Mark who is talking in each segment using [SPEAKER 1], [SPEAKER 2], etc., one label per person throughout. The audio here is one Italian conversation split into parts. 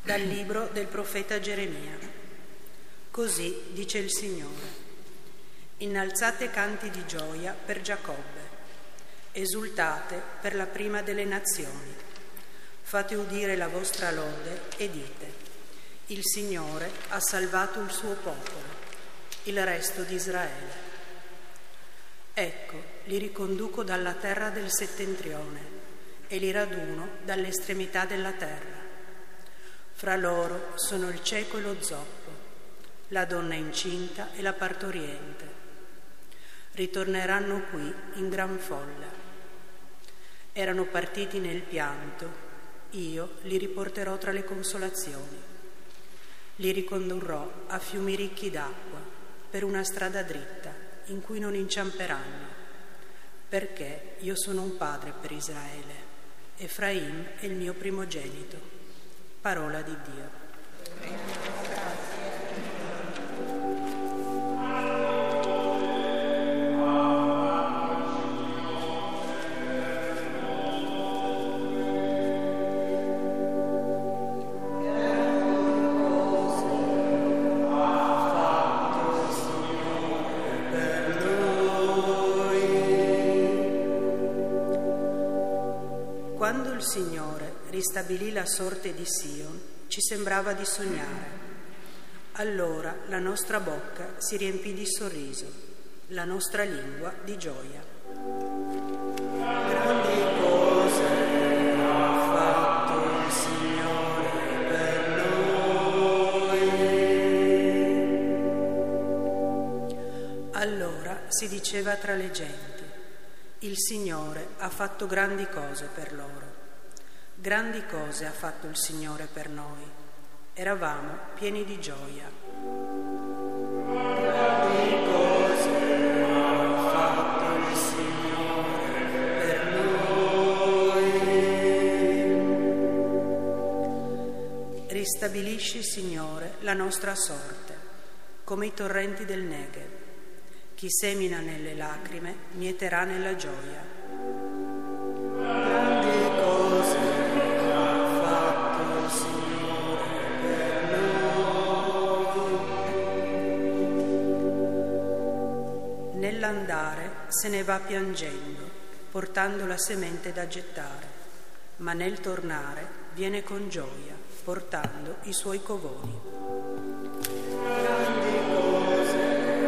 [SPEAKER 1] Dal libro del profeta Geremia. Così dice il Signore: innalzate canti di gioia per Giacobbe, esultate per la prima delle nazioni, fate udire la vostra lode e dite: il Signore ha salvato il suo popolo, il resto di Israele. Ecco, li riconduco dalla terra del settentrione e li raduno dall'estremità della terra. Fra loro sono il cieco e lo zoppo, la donna incinta e la partoriente. Ritorneranno qui in gran folla. Erano partiti nel pianto, io li riporterò tra le consolazioni. Li ricondurrò a fiumi ricchi d'acqua, per una strada dritta, in cui non inciamperanno, perché io sono un padre per Israele. Efraim è il mio primogenito. Parola di Dio. Quando il Signore ristabilì la sorte di Sion, ci sembrava di sognare. Allora la nostra bocca si riempì di sorriso, la nostra lingua di gioia. Grandi cose ha fatto il Signore per noi. Allora si diceva tra le genti: il Signore ha fatto grandi cose per loro. Grandi cose ha fatto il Signore per noi. Eravamo pieni di gioia. Grandi cose ha fatto il Signore per noi. Ristabilisci, Signore, la nostra sorte, come i torrenti del Negev. Chi semina nelle lacrime mieterà nella gioia. Grandi cose ha fatto il Signore per noi. Nell'andare se ne va piangendo, portando la semente da gettare, ma nel tornare viene con gioia, portando i suoi covoni. Grandi cose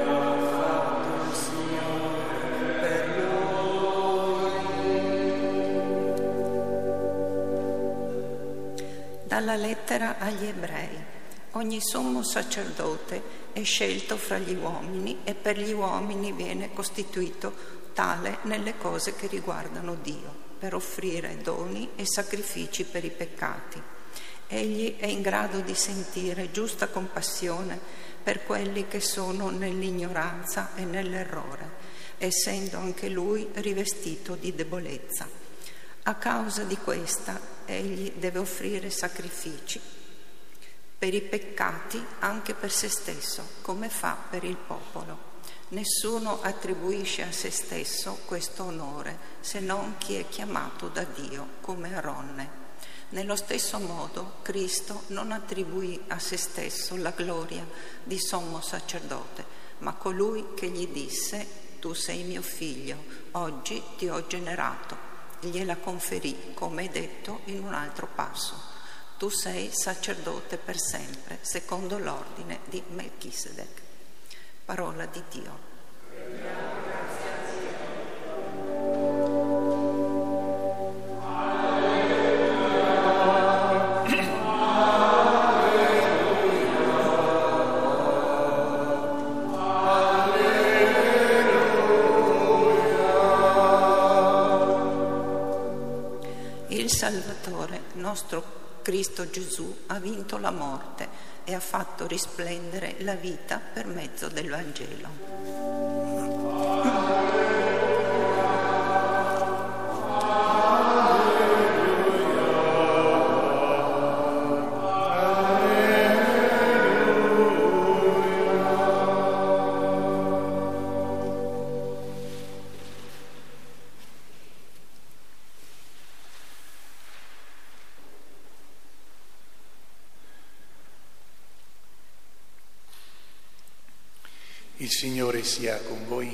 [SPEAKER 2] Dalla lettera agli Ebrei. Ogni sommo sacerdote è scelto fra gli uomini e per gli uomini viene costituito tale nelle cose che riguardano Dio, per offrire doni e sacrifici per i peccati. Egli è in grado di sentire giusta compassione per quelli che sono nell'ignoranza e nell'errore, essendo anche lui rivestito di debolezza. A causa di questa, egli deve offrire sacrifici per i peccati, anche per se stesso, come fa per il popolo. Nessuno attribuisce a se stesso questo onore, se non chi è chiamato da Dio, come Aronne. Nello stesso modo, Cristo non attribuì a se stesso la gloria di sommo sacerdote, ma colui che gli disse: tu sei mio figlio, oggi ti ho generato. Gliela conferì, come è detto in un altro passo: tu sei sacerdote per sempre, secondo l'ordine di Melchisedec. Parola di Dio. Salvatore, nostro Cristo Gesù, ha vinto la morte e ha fatto risplendere la vita per mezzo del Vangelo.
[SPEAKER 3] Il Signore sia con voi.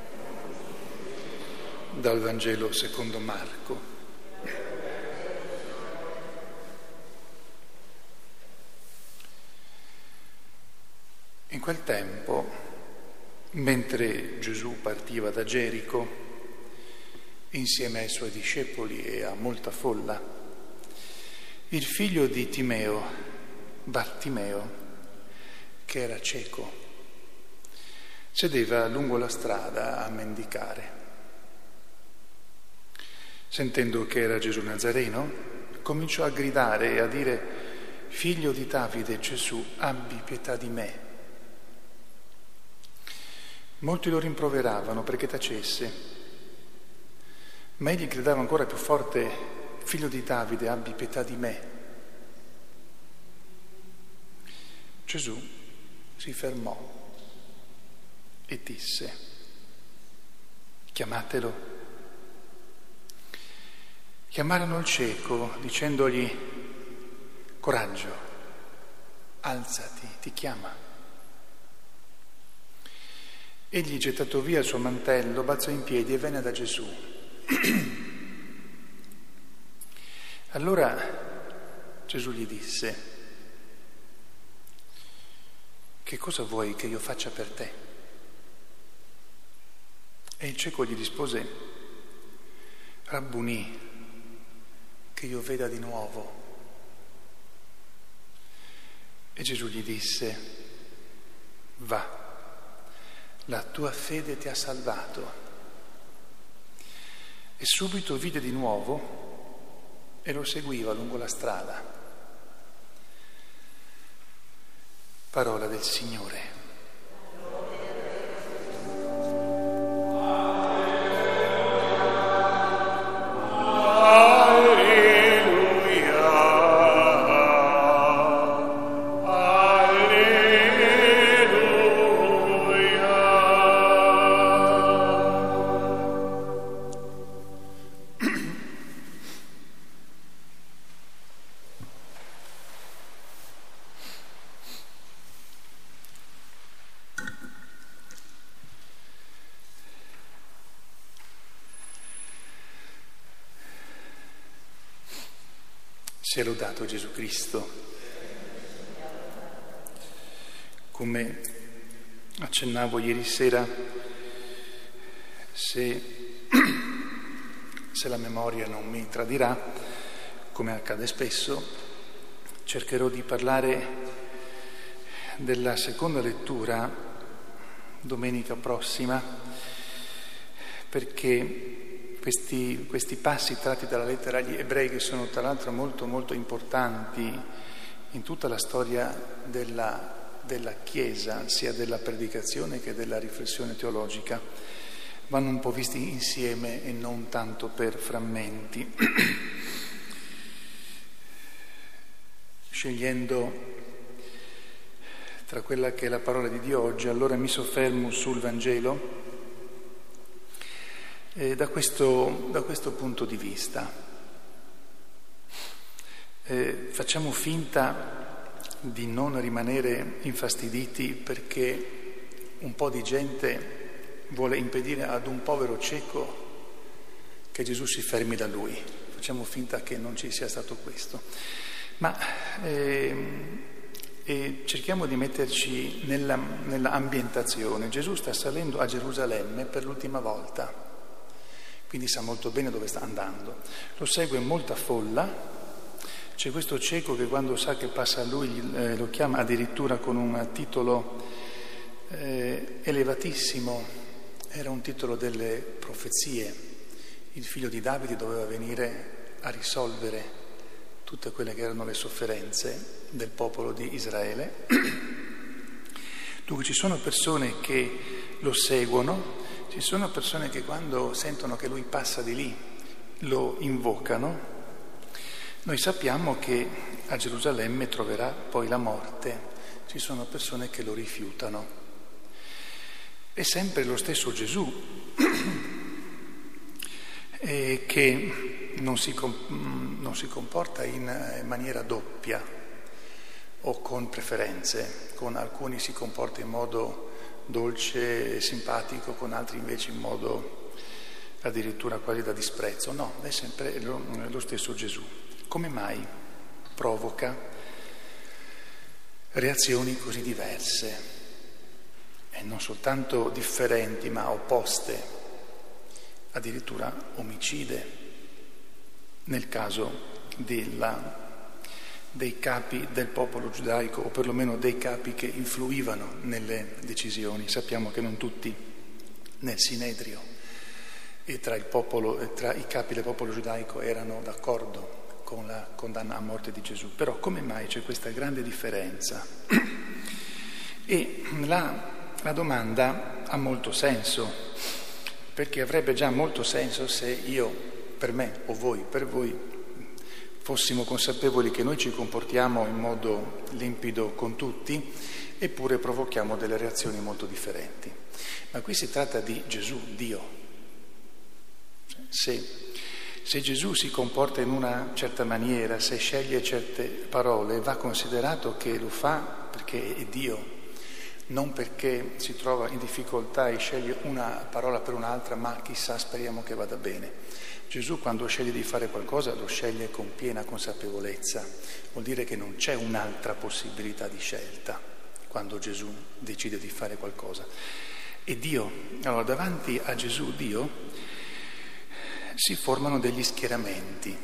[SPEAKER 3] Dal Vangelo secondo Marco. In quel tempo, mentre Gesù partiva da Gerico, insieme ai suoi discepoli e a molta folla, il figlio di Timeo, Bartimeo, che era cieco, sedeva lungo la strada a mendicare. Sentendo che era Gesù Nazareno, cominciò a gridare e a dire: «Figlio di Davide, Gesù, abbi pietà di me». Molti lo rimproveravano perché tacesse, ma egli gridava ancora più forte: «Figlio di Davide, abbi pietà di me». Gesù si fermò e disse: «Chiamatelo». Chiamarono il cieco dicendogli: «Coraggio, alzati, ti chiama». Egli, gettato via il suo mantello, balzò in piedi e venne da Gesù. Allora Gesù gli disse: «Che cosa vuoi che io faccia per te?» E il cieco gli rispose: «Rabbunì, che io veda di nuovo». E Gesù gli disse: «Va, la tua fede ti ha salvato». E subito vide di nuovo e lo seguiva lungo la strada. Parola del Signore. Sia lodato Gesù Cristo. Come accennavo ieri sera, se la memoria non mi tradirà, come accade spesso, cercherò di parlare della seconda lettura domenica prossima, perché questi passi tratti dalla lettera agli Ebrei, che sono tra l'altro molto molto importanti in tutta la storia della Chiesa, sia della predicazione che della riflessione teologica, vanno un po' visti insieme e non tanto per frammenti. Scegliendo tra quella che è la parola di Dio oggi, allora mi soffermo sul Vangelo da questo punto di vista. Facciamo finta di non rimanere infastiditi perché un po' di gente vuole impedire ad un povero cieco che Gesù si fermi da lui. Facciamo finta che non ci sia stato questo. Ma cerchiamo di metterci nella ambientazione. Gesù sta salendo a Gerusalemme per l'ultima volta, quindi sa molto bene dove sta andando. Lo segue molta folla. C'è questo cieco che quando sa che passa a lui lo chiama addirittura con un titolo elevatissimo. Era un titolo delle profezie. Il figlio di Davide doveva venire a risolvere tutte quelle che erano le sofferenze del popolo di Israele. Dunque ci sono persone che lo seguono, ci sono persone che quando sentono che lui passa di lì lo invocano. Noi sappiamo che a Gerusalemme troverà poi la morte, ci sono persone che lo rifiutano. È sempre lo stesso Gesù che non si comporta in maniera doppia o con preferenze. Con alcuni si comporta in modo dolce e simpatico, con altri invece in modo addirittura quasi da disprezzo. No, è sempre lo stesso Gesù. Come mai provoca reazioni così diverse e non soltanto differenti ma opposte, addirittura omicide nel caso dei capi del popolo giudaico, o perlomeno dei capi che influivano nelle decisioni. Sappiamo che non tutti nel Sinedrio e tra i capi del popolo giudaico erano d'accordo con la condanna a morte di Gesù. Però come mai c'è questa grande differenza? E la domanda ha molto senso, perché avrebbe già molto senso se io, per me, o voi, per voi, fossimo consapevoli che noi ci comportiamo in modo limpido con tutti, eppure provochiamo delle reazioni molto differenti. Ma qui si tratta di Gesù, Dio. Se Gesù si comporta in una certa maniera, se sceglie certe parole, va considerato che lo fa perché è Dio, non perché si trova in difficoltà e sceglie una parola per un'altra, ma chissà, speriamo che vada bene. Gesù quando sceglie di fare qualcosa lo sceglie con piena consapevolezza, vuol dire che non c'è un'altra possibilità di scelta quando Gesù decide di fare qualcosa. E Dio, allora davanti a Gesù, Dio, si formano degli schieramenti,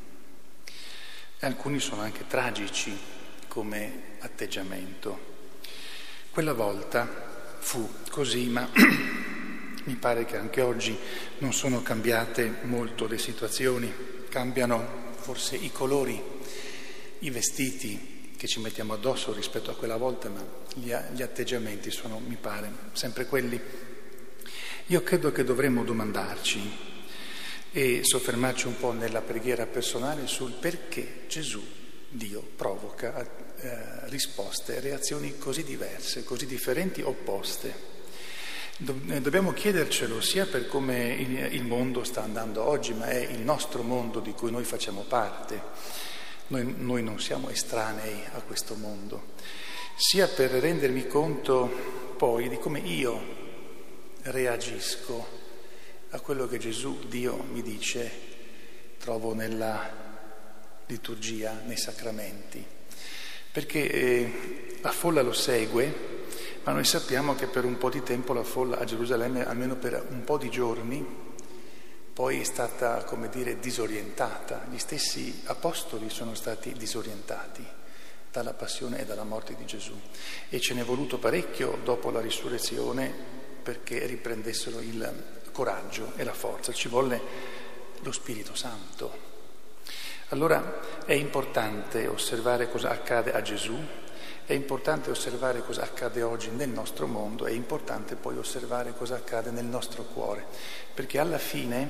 [SPEAKER 3] alcuni sono anche tragici come atteggiamento. Quella volta fu così, ma mi pare che anche oggi non sono cambiate molto le situazioni, cambiano forse i colori, i vestiti che ci mettiamo addosso rispetto a quella volta, ma gli atteggiamenti sono, mi pare, sempre quelli. Io credo che dovremmo domandarci e soffermarci un po' nella preghiera personale sul perché Gesù, Dio, provoca risposte, reazioni così diverse, così differenti, opposte. Dobbiamo chiedercelo sia per come il mondo sta andando oggi, ma è il nostro mondo di cui noi facciamo parte. Noi non siamo estranei a questo mondo, sia per rendermi conto poi di come io reagisco a quello che Gesù, Dio, mi dice, trovo nella liturgia, nei sacramenti. Perché la folla lo segue, ma noi sappiamo che per un po' di tempo la folla a Gerusalemme, almeno per un po' di giorni, poi è stata, come dire, disorientata. Gli stessi apostoli sono stati disorientati dalla passione e dalla morte di Gesù. E ce n'è voluto parecchio dopo la risurrezione perché riprendessero il coraggio e la forza. Ci volle lo Spirito Santo. Allora è importante osservare cosa accade a Gesù, è importante osservare cosa accade oggi nel nostro mondo, è importante poi osservare cosa accade nel nostro cuore, perché alla fine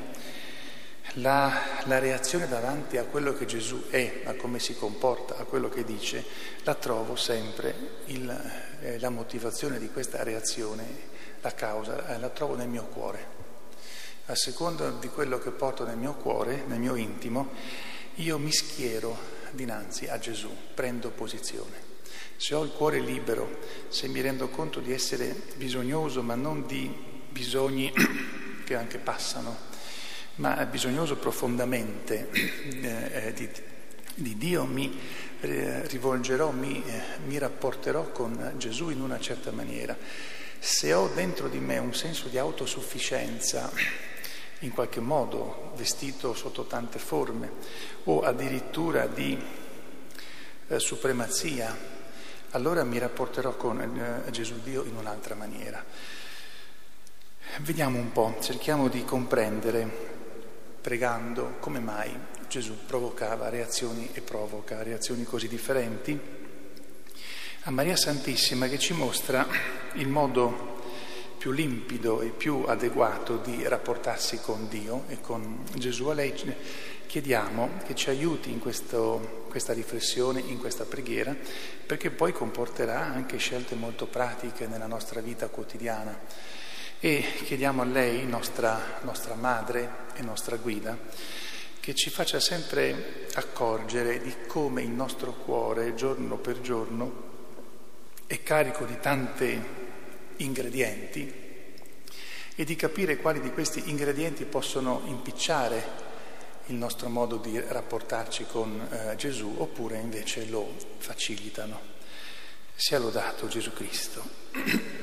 [SPEAKER 3] la reazione davanti a quello che Gesù è, a come si comporta, a quello che dice, la trovo sempre, la motivazione di questa reazione, la causa, la trovo nel mio cuore. A seconda di quello che porto nel mio cuore, nel mio intimo, io mi schiero dinanzi a Gesù, prendo posizione. Se ho il cuore libero, se mi rendo conto di essere bisognoso, ma non di bisogni che anche passano, ma bisognoso profondamente di Dio, mi rivolgerò, mi rapporterò con Gesù in una certa maniera. Se ho dentro di me un senso di autosufficienza, in qualche modo vestito sotto tante forme, o addirittura di supremazia, allora mi rapporterò con Gesù Dio in un'altra maniera. Vediamo un po', cerchiamo di comprendere, pregando, come mai Gesù provocava reazioni e provoca reazioni così differenti. A Maria Santissima, che ci mostra il modo più limpido e più adeguato di rapportarsi con Dio e con Gesù, a lei chiediamo che ci aiuti in questa riflessione, in questa preghiera, perché poi comporterà anche scelte molto pratiche nella nostra vita quotidiana. E chiediamo a lei, nostra madre e nostra guida, che ci faccia sempre accorgere di come il nostro cuore, giorno per giorno, è carico di tante ingredienti e di capire quali di questi ingredienti possono impicciare il nostro modo di rapportarci con Gesù, oppure invece lo facilitano. Sia lodato Gesù Cristo.